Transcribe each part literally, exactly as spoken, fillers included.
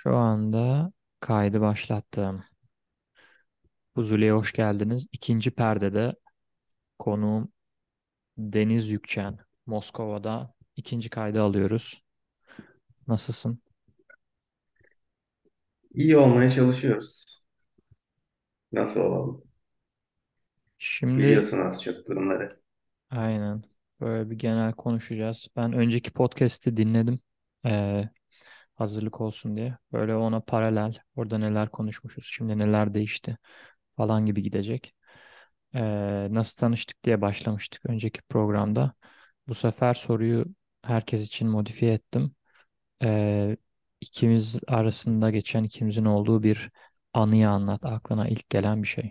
Şu anda kaydı başlattım. Fuzuli'ye hoş geldiniz. İkinci perdede konuğum Deniz Yükçen. Moskova'da ikinci kaydı alıyoruz. Nasılsın? İyi olmaya çalışıyoruz. Nasıl olalım? Şimdi Biliyorsun az çok durumları. aynen böyle bir genel konuşacağız. Ben önceki podcast'i dinledim. Ee, hazırlık olsun diye. Böyle ona paralel orada neler konuşmuşuz, şimdi neler değişti falan gibi gidecek. Ee, nasıl tanıştık diye başlamıştık önceki programda. Bu sefer soruyu herkes için modifiye ettim. Ee, ikimiz arasında geçen ikimizin olduğu bir anıyı anlat. Aklına ilk gelen bir şey.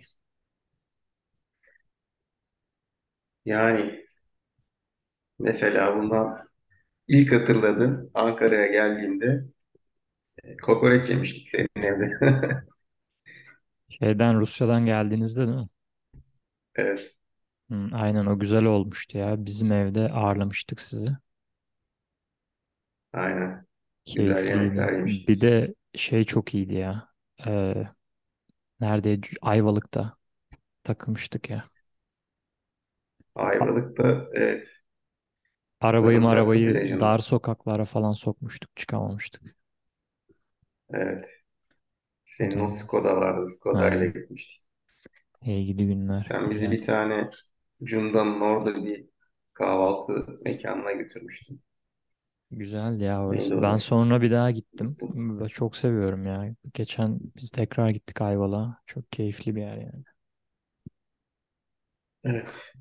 Yani mesela bundan ilk hatırladığım Ankara'ya geldiğimde e, kokoreç yemiştik senin evde. Şeyden Rusya'dan geldiğinizde değil mi? Evet, Hı, aynen o güzel olmuştu ya. Bizim evde ağırlamıştık sizi. aynen. Güzel Keyifliydi. yemekler Bir yemiştik. de şey çok iyiydi ya. Ee, Neredeydi? Ayvalık'ta takılmıştık ya. A- Ayvalık'ta evet, Arabayı Sarımsaklı arabayı dar plajında. sokaklara falan sokmuştuk. Çıkamamıştık. Evet. Senin o Güzeldi. Skoda vardı. Skoda ile Aynen. gitmiştik. İyi gidi günler. Sen bizi Güzel. bir tane Cunda'nın orada bir kahvaltı mekanına götürmüştün. Güzel ya Neydi orası. Ben orası? sonra bir daha gittim. Unuttum. Ben çok seviyorum ya. Geçen biz tekrar gittik Ayvalık'a. Çok keyifli bir yer yani. Evet.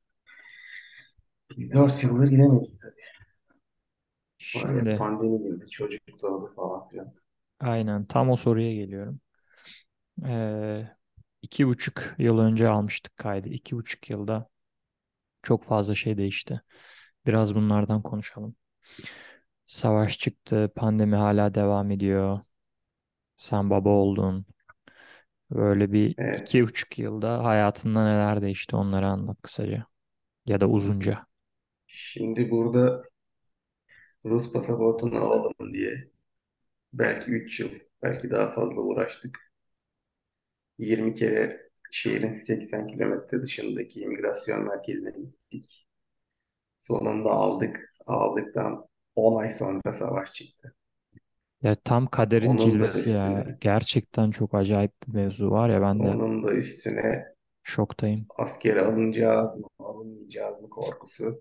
Dört yıldır gidemedik tabii. Oraya Şimdi pandemi girdi, çocuk doğdu falan filan. aynen tam o soruya geliyorum. Ee, iki buçuk yıl önce almıştık kaydı. İki buçuk yılda çok fazla şey değişti. Biraz bunlardan konuşalım. Savaş çıktı, pandemi hala devam ediyor. Sen baba oldun. Böyle bir iki Evet. buçuk yılda hayatında neler değişti onları anlat kısaca. Ya da uzunca. Şimdi burada Rus pasaportunu alalım diye belki üç yıl, belki daha fazla uğraştık. yirmi kere şehrin seksen kilometre dışındaki imigrasyon merkezine gittik. Sonunda aldık. Aldıktan on ay sonra savaş çıktı. Ya tam kaderin Onun da cilvesi ya. üstüne, Gerçekten çok acayip bir mevzu var ya, ben de onun da üstüne şoktayım. askere alınacağız mı, alınmayacağız mı korkusu.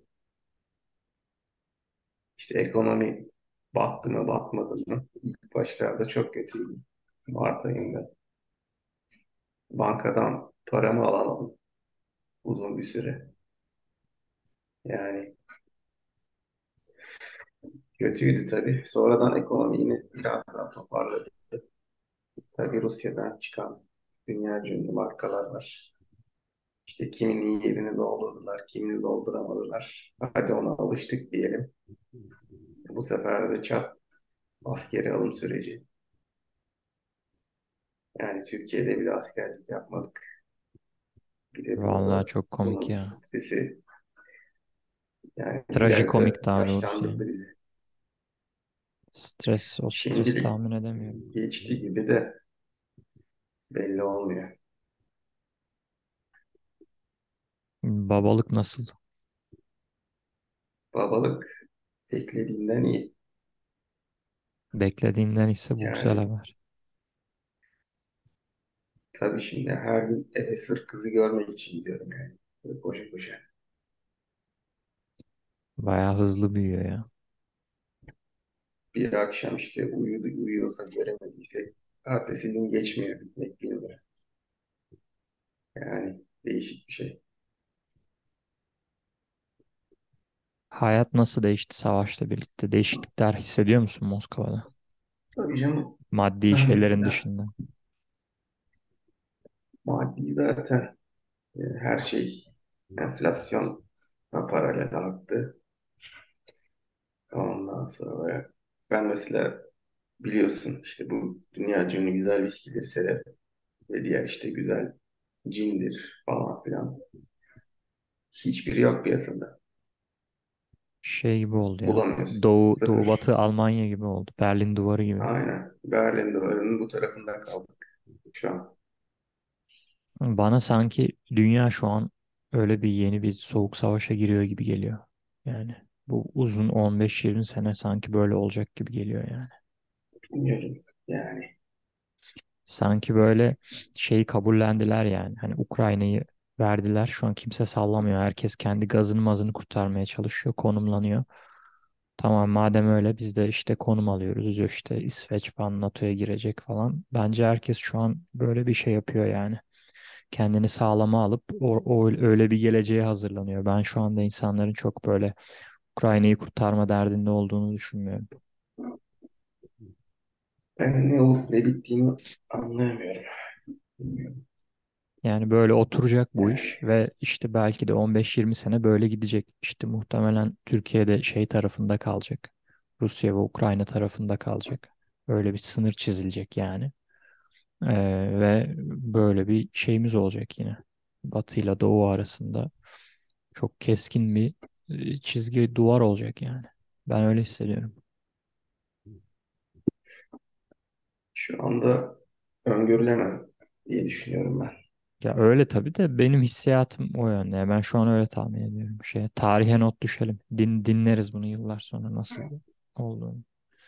İşte ekonomi battı mı, batmadı mı? İlk başlarda çok kötüydü. Mart ayında. Bankadan paramı alamadım uzun bir süre. Yani kötüydü tabii. Sonradan ekonomi yine biraz daha toparladı. Tabii Rusya'dan çıkan dünya ünlü markalar var. İşte kiminin yerini doldurdular, kimini dolduramadılar. Hadi ona alıştık diyelim. Bu sefer de çat askeri alım süreci. Yani Türkiye'de bile askerlik yapmadık. Bir de Vallahi burada çok bunun komik ya. stresi yani biraz da Trajikomik daha doğrusu yani. yaşlandırdı bizi. Stres, o stresi Şimdilik tahmin edemiyorum. geçti gibi de belli olmuyor. Babalık nasıl? Babalık beklediğimden iyi. Beklediğinden ise bu güzel Yani haber. tabii şimdi her gün eve sırf kızı görmek için gidiyorum yani. Böyle koşa koşa. Bayağı hızlı büyüyor ya. Bir akşam işte uyudu, uyuyorsa göremediysek ertesi gün geçmiyor bitmek bilmiyor. Yani değişik bir şey. Hayat nasıl değişti savaşla birlikte? Değişiklikler hissediyor musun Moskova'da? Tabii canım Maddi ben şeylerin mesela dışında. maddi zaten e, her şey enflasyon paralel arttı. Ondan sonra ben mesela biliyorsun işte bu dünya ünlü güzel viskileri severim. Ve diğer işte güzel cindir falan filan. Hiçbiri yok piyasada. Şey gibi oldu ya. Bulamıyorsun. Doğu, Doğu Sıfır. Batı Almanya gibi oldu. Berlin Duvarı gibi. Aynen. Berlin duvarının bu tarafında kaldık şu an. Bana sanki dünya şu an öyle bir yeni bir soğuk savaşa giriyor gibi geliyor. Yani bu uzun on beş yirmi sene sanki böyle olacak gibi geliyor yani. Bilmiyorum. Yani Sanki böyle şeyi kabullendiler yani. Hani Ukrayna'yı verdiler. Şu an kimse sallamıyor. Herkes kendi gazını mazını kurtarmaya çalışıyor. Konumlanıyor. Tamam madem öyle biz de işte konum alıyoruz. Diyor işte İsveç falan NATO'ya girecek falan. Bence herkes şu an böyle bir şey yapıyor yani. Kendini sağlama alıp o, o öyle bir geleceğe hazırlanıyor. Ben şu anda insanların çok böyle Ukrayna'yı kurtarma derdinde olduğunu düşünmüyorum. ben ne olup ne bittiğini anlayamıyorum. Bilmiyorum. Yani böyle oturacak bu Yani iş ve işte belki de on beş yirmi sene böyle gidecek. İşte muhtemelen Türkiye'de şey tarafında kalacak. Rusya ve Ukrayna tarafında kalacak. Öyle bir sınır çizilecek yani. Ee, ve böyle bir şeyimiz olacak yine. Batı ile Doğu arasında çok keskin bir e, çizgi duvar olacak yani. Ben öyle hissediyorum. şu anda öngörülemez diye düşünüyorum ben. Ya öyle tabii de benim hissiyatım o yönde. Yani ben şu an öyle tahmin ediyorum. Şey, tarihe not düşelim. Din, dinleriz bunu yıllar sonra nasıl olduğunu.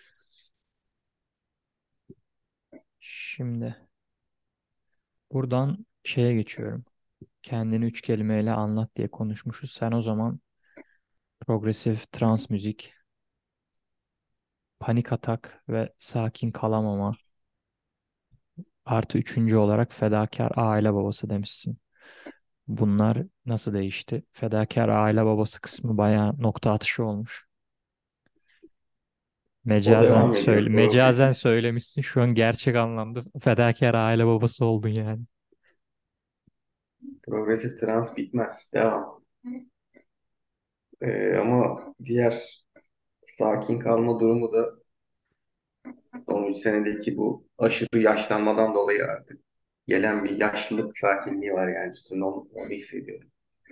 Şimdi buradan şeye geçiyorum. Kendini üç kelimeyle anlat diye konuşmuşuz. Sen o zaman progresif trans müzik, panik atak ve sakin kalamama artı üçüncü olarak fedakar aile babası demişsin. Bunlar nasıl değişti? Fedakar aile babası kısmı bayağı nokta atışı olmuş. O Mecazen devam söyle, ediyor. mecazen Progresif, söylemişsin. Şu an gerçek anlamda fedakar aile babası oldun yani. progresif trans bitmez. Devam. Ee, ama diğer sakin kalma durumu da son üç senedeki bu aşırı yaşlanmadan dolayı artık gelen bir yaşlılık sakinliği var yani üstünde onu, onu hissediyorum.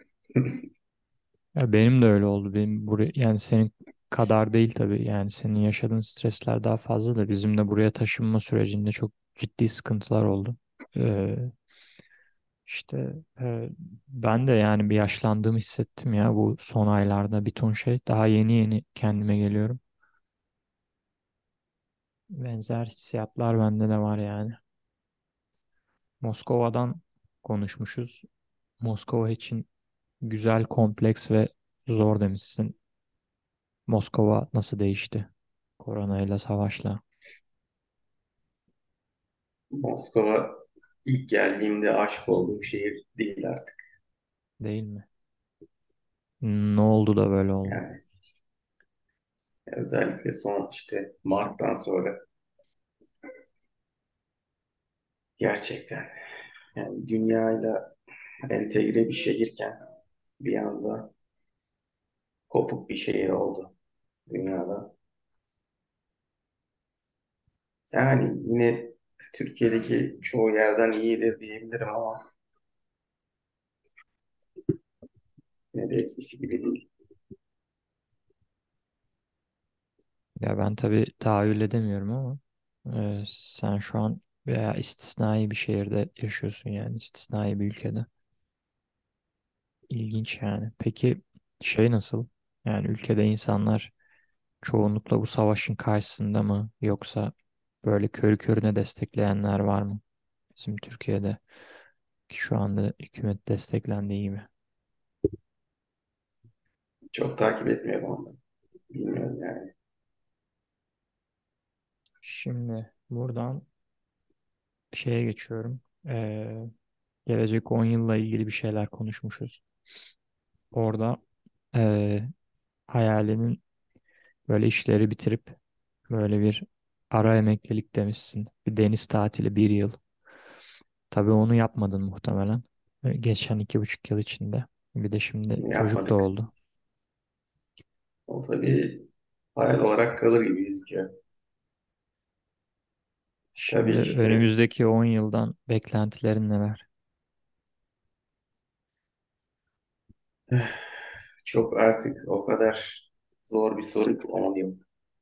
Ya benim de öyle oldu. Benim buraya yani senin kadar değil tabii. Yani senin yaşadığın stresler daha fazla da bizim de buraya taşınma sürecinde çok ciddi sıkıntılar oldu. Ee, işte e, ben de yani bir yaşlandığımı hissettim ya bu son aylarda bir ton şey. Daha yeni yeni kendime geliyorum. Benzer hissiyatlar bende de var yani. Moskova'dan konuşmuşuz. Moskova için güzel, kompleks ve zor demişsin. Moskova nasıl değişti? Koronayla, savaşla, Moskova ilk geldiğimde aşık olduğum şehir değil artık. değil mi? Ne oldu da böyle oldu? Yani özellikle son işte Mart'tan sonra gerçekten yani dünyayla entegre bir şehirken bir anda kopuk bir şehir oldu dünyada. Yani yine Türkiye'deki çoğu yerden iyidir diyebilirim ama yine de etkisi gibi değil. Ya ben tabii tahayyül edemiyorum ama e, sen şu an veya istisnai bir şehirde yaşıyorsun yani istisnai bir ülkede. İlginç yani. Peki şey nasıl? Yani ülkede insanlar çoğunlukla bu savaşın karşısında mı yoksa böyle körü körüne destekleyenler var mı? Bizim Türkiye'de ki şu anda hükümet desteklendiği gibi. Çok takip etmiyorum onları. Bilmiyorum yani. Şimdi buradan şeye geçiyorum. Ee, gelecek on yılla ilgili bir şeyler konuşmuşuz. Orada ee, hayalinin böyle işleri bitirip böyle bir ara emeklilik demişsin. Bir deniz tatili bir yıl. Tabii onu yapmadın muhtemelen. Ee, Geçen iki buçuk yıl içinde. Bir de şimdi çocuk da Yapmadık. oldu. O tabii hayal olarak kalır gibi gözüküyor. Şimdi Tabii işte önümüzdeki on yıldan beklentilerin neler? çok artık o kadar. Zor bir soru. on yıl.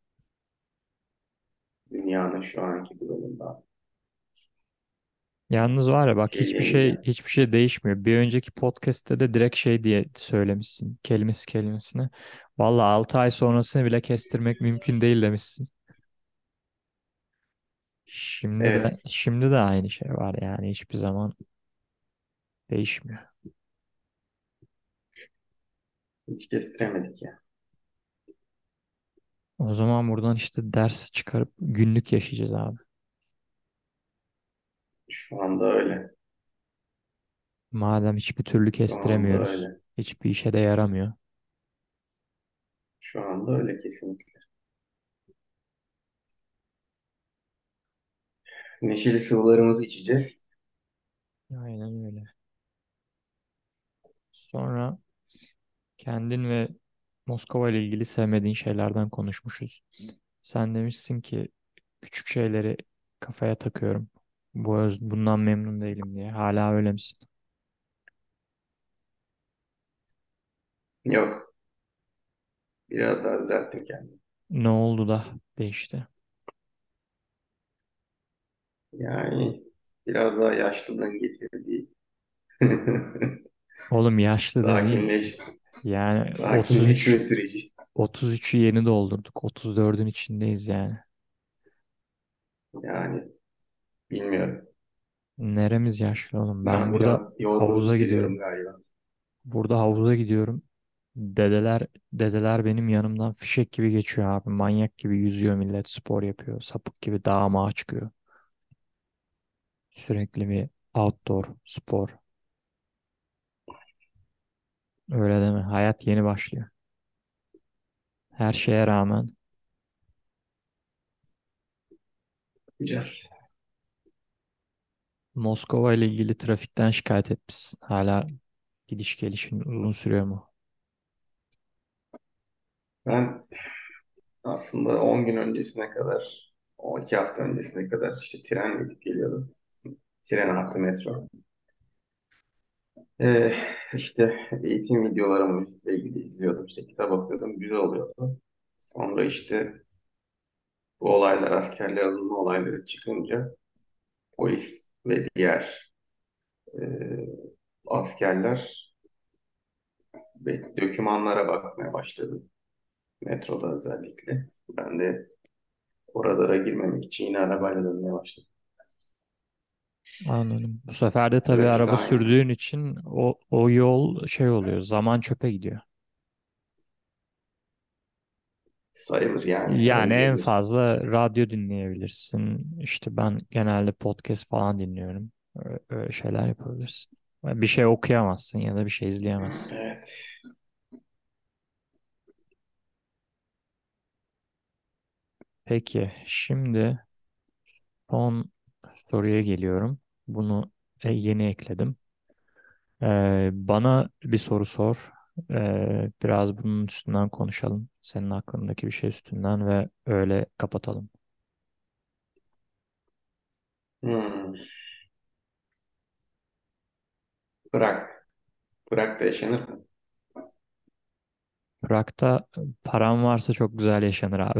Dünyanın şu anki durumunda. Yalnız var ya bak Şey hiçbir şey diyemeyeceğim. hiçbir şey değişmiyor. Bir önceki podcast'te de direkt şey diye söylemişsin. Kelimesi kelimesine. Valla altı ay sonrasını bile kestirmek mümkün değil demişsin. Şimdi de Evet. şimdi de aynı şey var yani hiçbir zaman değişmiyor. Hiç kestiremedik ya. O zaman buradan işte ders çıkarıp günlük yaşayacağız abi. Şu anda öyle. Madem hiçbir türlü Şu anda kestiremiyoruz, öyle. hiçbir işe de yaramıyor. Şu anda öyle kesinlikle. Neşeli sıvılarımızı içeceğiz. Aynen öyle. Sonra kendin ve Moskova ile ilgili sevmediğin şeylerden konuşmuşuz. Sen demişsin ki küçük şeyleri kafaya takıyorum. Bu öz- bundan memnun değilim diye. Hala öyle misin? Yok. Biraz daha düzelttim kendimi. Ne oldu da değişti? Yani biraz daha yaşlılığın getirdiği Oğlum yaşlı demeyeyim. sakinleş, Yani otuz üç sakinleşme süreci. otuz üçü yeni doldurduk. otuz dördün içindeyiz yani. Yani bilmiyorum. Neremiz yaşlı oğlum? Ben Ben burada biraz yorgun havuza hissediyorum gidiyorum. galiba. Burada havuza gidiyorum. Dedeler dedeler benim yanımdan fişek gibi geçiyor abi. Manyak gibi yüzüyor millet spor yapıyor. Sapık gibi dağa mağa çıkıyor. Sürekli bir outdoor spor. Öyle deme. Hayat yeni başlıyor. Her şeye rağmen Yapacağız. Moskova ile ilgili trafikten şikayet etmişsin. Hala gidiş gelişin uzun sürüyor mu? Ben aslında on gün öncesine kadar, on iki hafta öncesine kadar işte trenle gidip geliyordum. Tren artı metro. Ee, işte eğitim videolarımı müzikle ilgili izliyordum. İşte kitap okuyordum. Güzel oluyordu. Sonra işte bu olaylar, askerliğe alınma olayları çıkınca polis ve diğer e, askerler ve dokümanlara bakmaya başladı. Metroda özellikle. Ben de oralara girmemek için yine arabayla dönmeye başladım. Anladım. Bu sefer de tabii Trafik araba aynı. sürdüğün için o, o yol şey oluyor. Zaman çöpe gidiyor. Sayılır yani Yani öyle en diyebiliriz. fazla radyo dinleyebilirsin. İşte ben genelde podcast falan dinliyorum. Öyle, öyle şeyler yapabilirsin. Bir şey okuyamazsın ya da bir şey izleyemezsin. Evet. Peki, şimdi son soruya geliyorum. Bunu e, yeni ekledim. Ee, bana bir soru sor. Ee, biraz bunun üstünden konuşalım. Senin aklındaki bir şey üstünden ve öyle kapatalım. Hmm. Bırak. Bırak da yaşanır mı? Prag'da param varsa çok güzel yaşanır abi.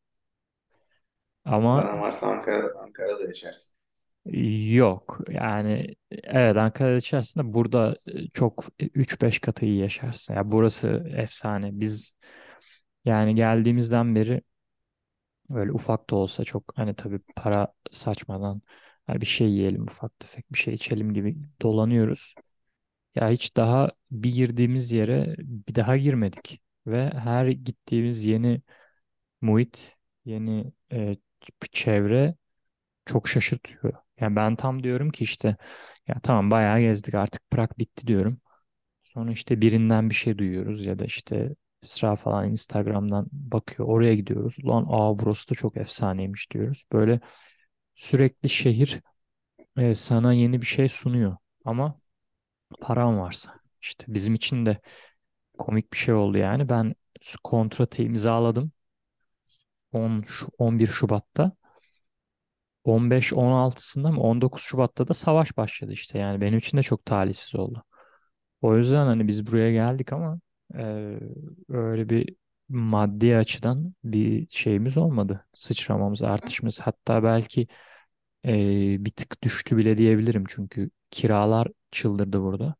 Ama Paran varsa Ankara'da, Ankara'da yaşarsın. yok. Yani evet Ankara içerisinde burada e, çok üç beş katı iyi yaşarsın. Ya burası efsane. Biz yani geldiğimizden beri böyle ufak da olsa çok hani tabii para saçmadan hani bir şey yiyelim ufak tefek bir şey içelim gibi dolanıyoruz. Ya hiç daha bir girdiğimiz yere bir daha girmedik. Ve her gittiğimiz yeni muhit, yeni e, çevre çok şaşırtıyor. Yani ben tam diyorum ki işte ya tamam bayağı gezdik artık Prag bitti diyorum. Sonra işte birinden bir şey duyuyoruz ya da işte Esra falan Instagram'dan bakıyor oraya gidiyoruz. Ulan aa burası da çok efsaneymiş diyoruz. Böyle sürekli şehir e, sana yeni bir şey sunuyor. Ama param varsa. İşte bizim için de komik bir şey oldu yani. Ben kontratı imzaladım on, Şu- on bir Şubat'ta. on beş on altısında mı on dokuz Şubat'ta da savaş başladı işte. Yani benim için de çok talihsiz oldu. O yüzden hani biz buraya geldik ama e, öyle bir maddi açıdan bir şeyimiz olmadı. Sıçramamız, artışımız. Hatta belki e, bir tık düştü bile diyebilirim. Çünkü kiralar çıldırdı burada.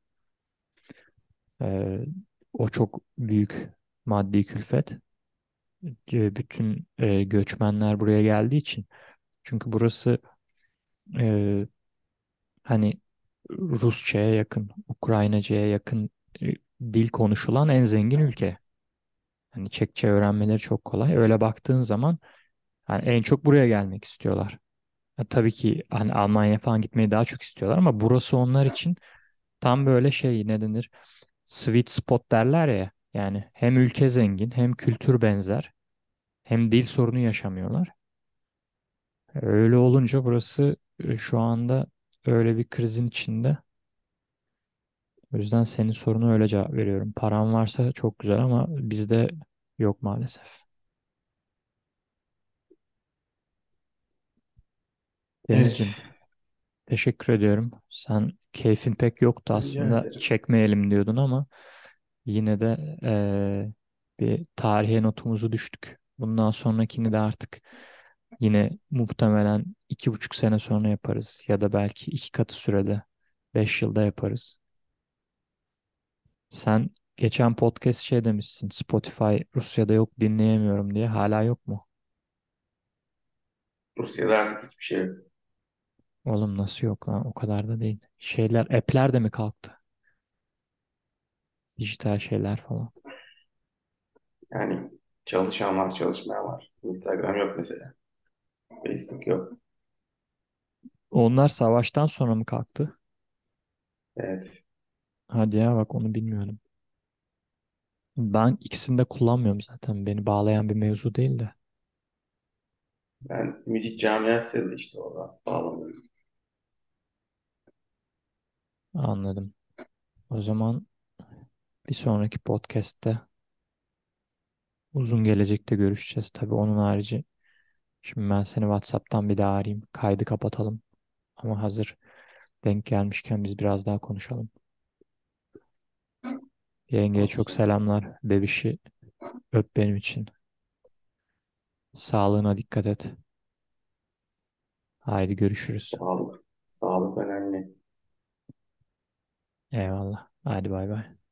E, O çok büyük maddi külfet. E, bütün e, göçmenler buraya geldiği için. Çünkü burası e, hani Rusça'ya yakın, Ukraynaca'ya yakın e, dil konuşulan en zengin ülke. Hani Çekçe öğrenmeleri çok kolay. Öyle baktığın zaman hani en çok buraya gelmek istiyorlar. Ha, tabii ki hani Almanya'ya falan gitmeyi daha çok istiyorlar ama burası onlar için tam böyle şey ne denir? Sweet spot derler ya. Yani hem ülke zengin, hem kültür benzer, hem dil sorunu yaşamıyorlar. Öyle olunca burası e, şu anda öyle bir krizin içinde. O yüzden senin soruna öyle cevap veriyorum. Param varsa çok güzel ama bizde yok maalesef. Evet. Denizciğim, teşekkür ediyorum. Sen keyfin pek yoktu Rica aslında. ederim. Çekmeyelim diyordun ama yine de eee, bir tarihe notumuzu düştük. Bundan sonrakini de artık yine muhtemelen iki buçuk sene sonra yaparız. Ya da belki iki katı sürede beş yılda yaparız. Sen geçen podcast şey demişsin. Spotify Rusya'da yok dinleyemiyorum diye. Hala yok mu? Rusya'da artık hiçbir şey yok. Oğlum nasıl yok lan? O kadar da değil. Şeyler, app'ler de mi kalktı? Dijital şeyler falan. Yani çalışan var, çalışmayan var. Instagram yok mesela. Facebook yok. Onlar savaştan sonra mı kalktı? Evet. Hadi ya bak onu bilmiyorum. Ben ikisini de kullanmıyorum zaten. Beni bağlayan bir mevzu değil de. Ben müzik camiasıyla da işte orada bağlanıyorum. Anladım. O zaman bir sonraki podcast'te uzun gelecekte görüşeceğiz. Tabii onun harici. Şimdi ben seni WhatsApp'tan bir daha arayayım. Kaydı kapatalım. Ama hazır denk gelmişken biz biraz daha konuşalım. Yengeye çok Konuşacağım. selamlar. Bebişi öp benim için. Sağlığına dikkat et. Haydi görüşürüz. Sağlık. Sağlık önemli. Eyvallah. Hadi bay bay.